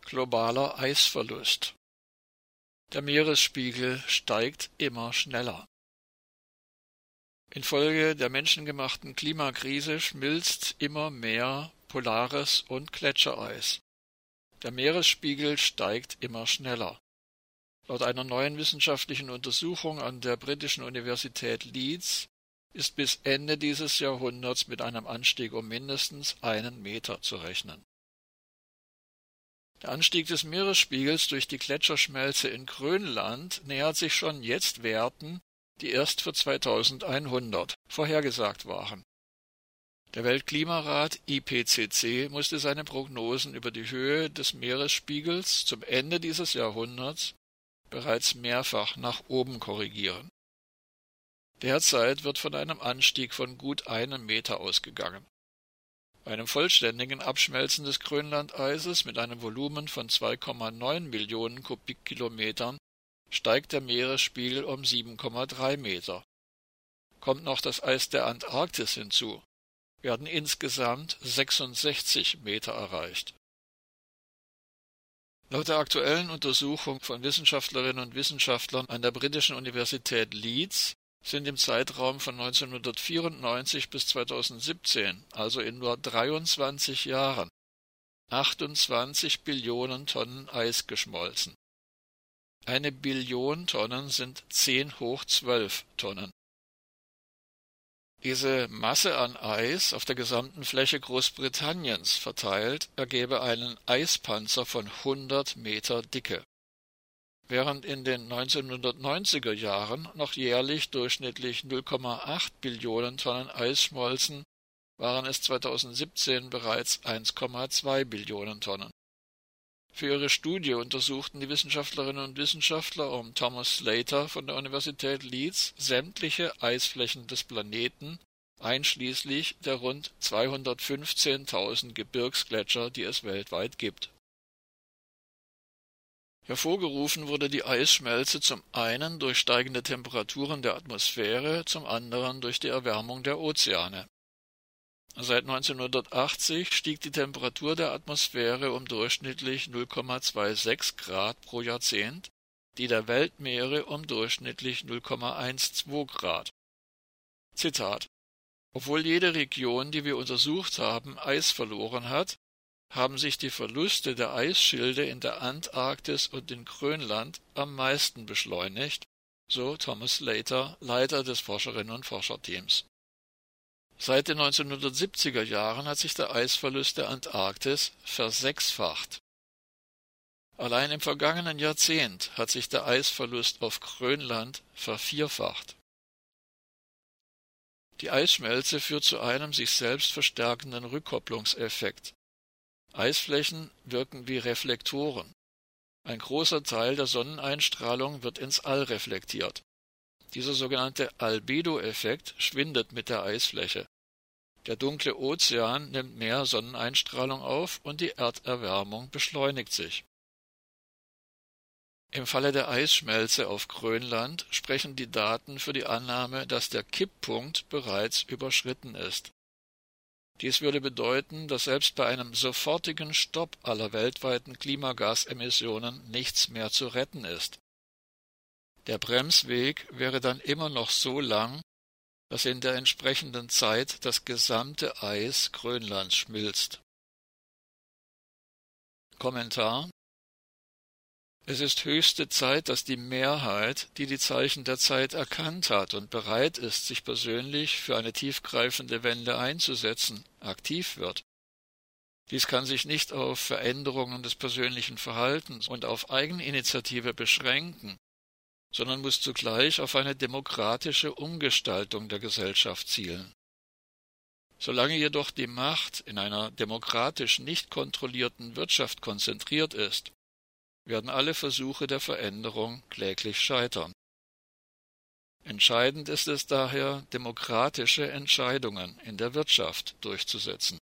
Globaler Eisverlust. Der Meeresspiegel steigt immer schneller. Infolge der menschengemachten Klimakrise schmilzt immer mehr polares und Gletschereis. Der Meeresspiegel steigt immer schneller. Laut einer neuen wissenschaftlichen Untersuchung an der britischen Universität Leeds ist bis Ende dieses Jahrhunderts mit einem Anstieg um mindestens 1 Meter zu rechnen. Der Anstieg des Meeresspiegels durch die Gletscherschmelze in Grönland nähert sich schon jetzt Werten, die erst für 2100 vorhergesagt waren. Der Weltklimarat IPCC musste seine Prognosen über die Höhe des Meeresspiegels zum Ende dieses Jahrhunderts bereits mehrfach nach oben korrigieren. Derzeit wird von einem Anstieg von gut 1 Meter ausgegangen. Bei einem vollständigen Abschmelzen des Grönlandeises mit einem Volumen von 2,9 Millionen Kubikkilometern steigt der Meeresspiegel um 7,3 Meter. Kommt noch das Eis der Antarktis hinzu, werden insgesamt 66 Meter erreicht. Laut der aktuellen Untersuchung von Wissenschaftlerinnen und Wissenschaftlern an der britischen Universität Leeds sind im Zeitraum von 1994 bis 2017, also in nur 23 Jahren, 28 Billionen Tonnen Eis geschmolzen. 1 Billion Tonnen sind 10 hoch 12 Tonnen. Diese Masse an Eis auf der gesamten Fläche Großbritanniens verteilt ergebe einen Eispanzer von 100 Meter Dicke. Während in den 1990er Jahren noch jährlich durchschnittlich 0,8 Billionen Tonnen Eis schmolzen, waren es 2017 bereits 1,2 Billionen Tonnen. Für ihre Studie untersuchten die Wissenschaftlerinnen und Wissenschaftler um Thomas Slater von der Universität Leeds sämtliche Eisflächen des Planeten, einschließlich der rund 215.000 Gebirgsgletscher, die es weltweit gibt. Hervorgerufen wurde die Eisschmelze zum einen durch steigende Temperaturen der Atmosphäre, zum anderen durch die Erwärmung der Ozeane. Seit 1980 stieg die Temperatur der Atmosphäre um durchschnittlich 0,26 Grad pro Jahrzehnt, die der Weltmeere um durchschnittlich 0,12 Grad. Zitat: Obwohl jede Region, die wir untersucht haben, Eis verloren hat, haben sich die Verluste der Eisschilde in der Antarktis und in Grönland am meisten beschleunigt, so Thomas Slater, Leiter des Forscherinnen- und Forscherteams. Seit den 1970er Jahren hat sich der Eisverlust der Antarktis versechsfacht. Allein im vergangenen Jahrzehnt hat sich der Eisverlust auf Grönland vervierfacht. Die Eisschmelze führt zu einem sich selbst verstärkenden Rückkopplungseffekt. Eisflächen wirken wie Reflektoren. Ein großer Teil der Sonneneinstrahlung wird ins All reflektiert. Dieser sogenannte Albedo-Effekt schwindet mit der Eisfläche. Der dunkle Ozean nimmt mehr Sonneneinstrahlung auf und die Erderwärmung beschleunigt sich. Im Falle der Eisschmelze auf Grönland sprechen die Daten für die Annahme, dass der Kipppunkt bereits überschritten ist. Dies würde bedeuten, dass selbst bei einem sofortigen Stopp aller weltweiten Klimagasemissionen nichts mehr zu retten ist. Der Bremsweg wäre dann immer noch so lang, dass in der entsprechenden Zeit das gesamte Eis Grönlands schmilzt. Kommentar: Es ist höchste Zeit, dass die Mehrheit, die die Zeichen der Zeit erkannt hat und bereit ist, sich persönlich für eine tiefgreifende Wende einzusetzen, aktiv wird. Dies kann sich nicht auf Veränderungen des persönlichen Verhaltens und auf Eigeninitiative beschränken, sondern muss zugleich auf eine demokratische Umgestaltung der Gesellschaft zielen. Solange jedoch die Macht in einer demokratisch nicht kontrollierten Wirtschaft konzentriert ist, werden alle Versuche der Veränderung kläglich scheitern. Entscheidend ist es daher, demokratische Entscheidungen in der Wirtschaft durchzusetzen.